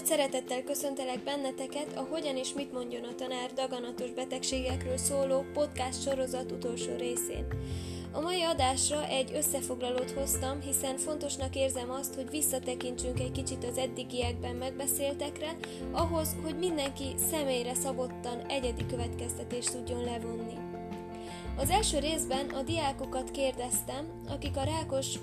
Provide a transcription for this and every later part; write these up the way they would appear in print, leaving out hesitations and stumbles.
Nagy szeretettel köszöntelek benneteket a Hogyan és mit mondjon a tanár daganatos betegségekről szóló podcast sorozat utolsó részén. A mai adásra egy összefoglalót hoztam, hiszen fontosnak érzem azt, hogy visszatekintsünk egy kicsit az eddigiekben megbeszéltekre, ahhoz, hogy mindenki személyre szabottan egyedi következtetést tudjon levonni. Az első részben a diákokat kérdeztem, akik a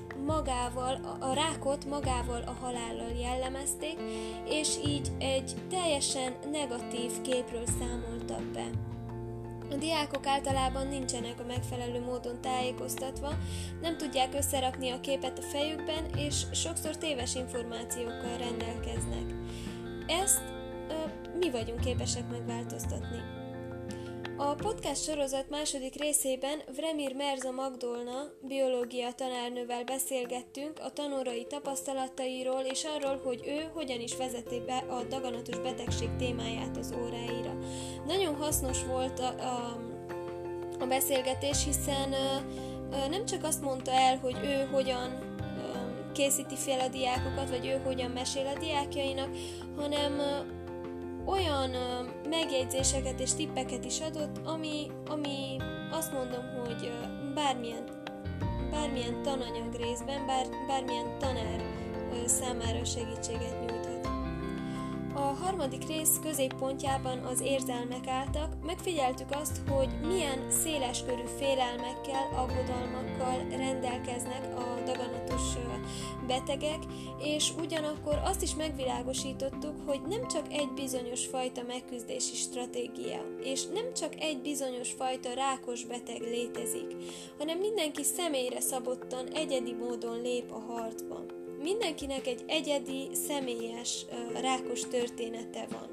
rákot magával a halállal jellemezték, és így egy teljesen negatív képről számoltak be. A diákok általában nincsenek a megfelelő módon tájékoztatva, nem tudják összerakni a képet a fejükben, és sokszor téves információkkal rendelkeznek. Ezt mi vagyunk képesek megváltoztatni. A podcast sorozat második részében Vremir Merza Magdolna biológia tanárnővel beszélgettünk a tanórai tapasztalatairól és arról, hogy ő hogyan is vezeti be a daganatos betegség témáját az óráira. Nagyon hasznos volt a beszélgetés, hiszen nem csak azt mondta el, hogy ő hogyan készíti fel a diákokat, vagy ő hogyan mesél a diákjainak, hanem olyan megjegyzéseket és tippeket is adott, ami azt mondom, hogy bármilyen tananyag részben, bármilyen tanár számára segítséget nyújthat. A harmadik rész középpontjában az érzelmek álltak, megfigyeltük azt, hogy milyen széleskörű félelmekkel, aggodalmakkal rendelkeznek a daganatos betegek, és ugyanakkor azt is megvilágosítottuk, hogy nem csak egy bizonyos fajta megküzdési stratégia, és nem csak egy bizonyos fajta rákos beteg létezik, hanem mindenki személyre szabottan, egyedi módon lép a harcba. Mindenkinek egy egyedi, személyes rákos története van.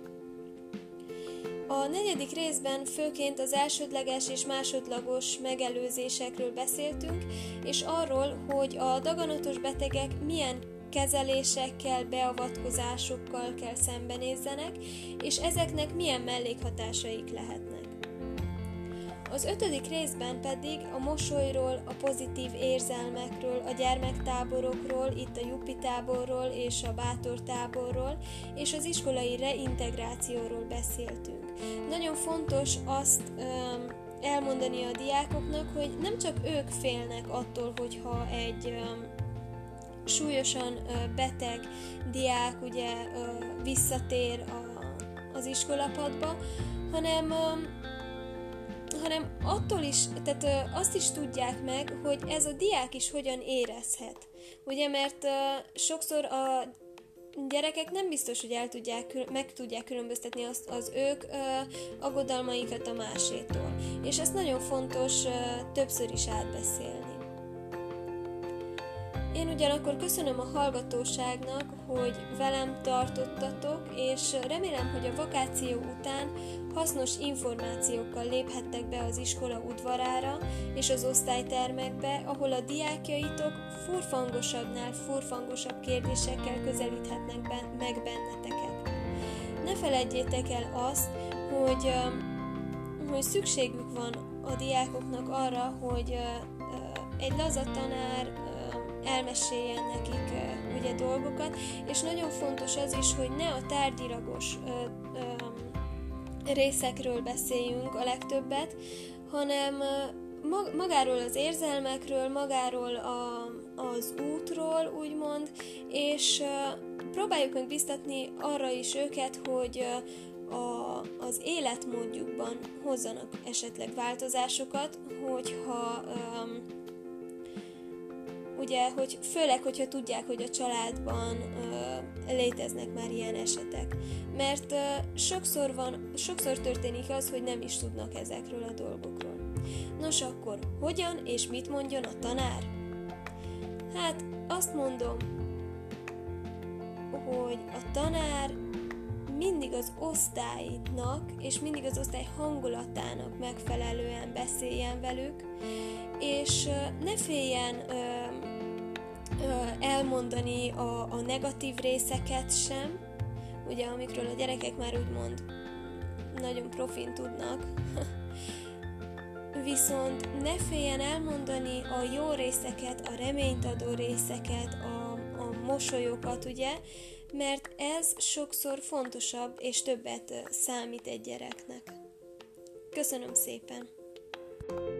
A negyedik részben főként az elsődleges és másodlagos megelőzésekről beszéltünk, és arról, hogy a daganatos betegek milyen kezelésekkel, beavatkozásokkal kell szembenézzenek, és ezeknek milyen mellékhatásaik lehetnek. Az ötödik részben pedig a mosolyról, a pozitív érzelmekről, a gyermektáborokról, itt a Juppi táborról és a Bátor táborról, és az iskolai reintegrációról beszéltünk. Nagyon fontos azt elmondani a diákoknak, hogy nem csak ők félnek attól, hogyha egy súlyosan beteg diák ugye visszatér az iskolapadba, hanem attól is, tehát azt is tudják meg, hogy ez a diák is hogyan érezhet. Ugye, mert sokszor a gyerekek nem biztos, hogy meg tudják különböztetni az ők aggodalmaikat a másétól. És ezt nagyon fontos többször is átbeszélni. Én ugyanakkor köszönöm a hallgatóságnak, hogy velem tartottatok, és remélem, hogy a vakáció után hasznos információkkal léphettek be az iskola udvarára és az osztálytermekbe, ahol a diákjaitok furfangosabbnál furfangosabb kérdésekkel közelíthetnek meg benneteket. Ne feledjétek el azt, hogy szükségük van a diákoknak arra, hogy egy laza tanár elmeséljen nekik ugye dolgokat, és nagyon fontos az is, hogy ne a tárgyilagos részekről beszéljünk a legtöbbet, hanem magáról az érzelmekről, magáról az útról, úgymond, és próbáljuk meg biztatni arra is őket, hogy az életmódjukban hozzanak esetleg változásokat, hogyha ugye, hogy főleg, hogyha tudják, hogy a családban léteznek már ilyen esetek. Mert sokszor történik az, hogy nem is tudnak ezekről a dolgokról. Nos akkor, hogyan és mit mondjon a tanár? Hát, azt mondom, hogy a tanár mindig az osztálynak és mindig az osztály hangulatának megfelelően beszéljen velük, és ne féljen elmondani a negatív részeket sem, ugye amikről a gyerekek már úgymond nagyon profin tudnak, viszont ne féljen elmondani a jó részeket, a reményt adó részeket, a mosolyokat, ugye, mert ez sokszor fontosabb és többet számít egy gyereknek. Köszönöm szépen!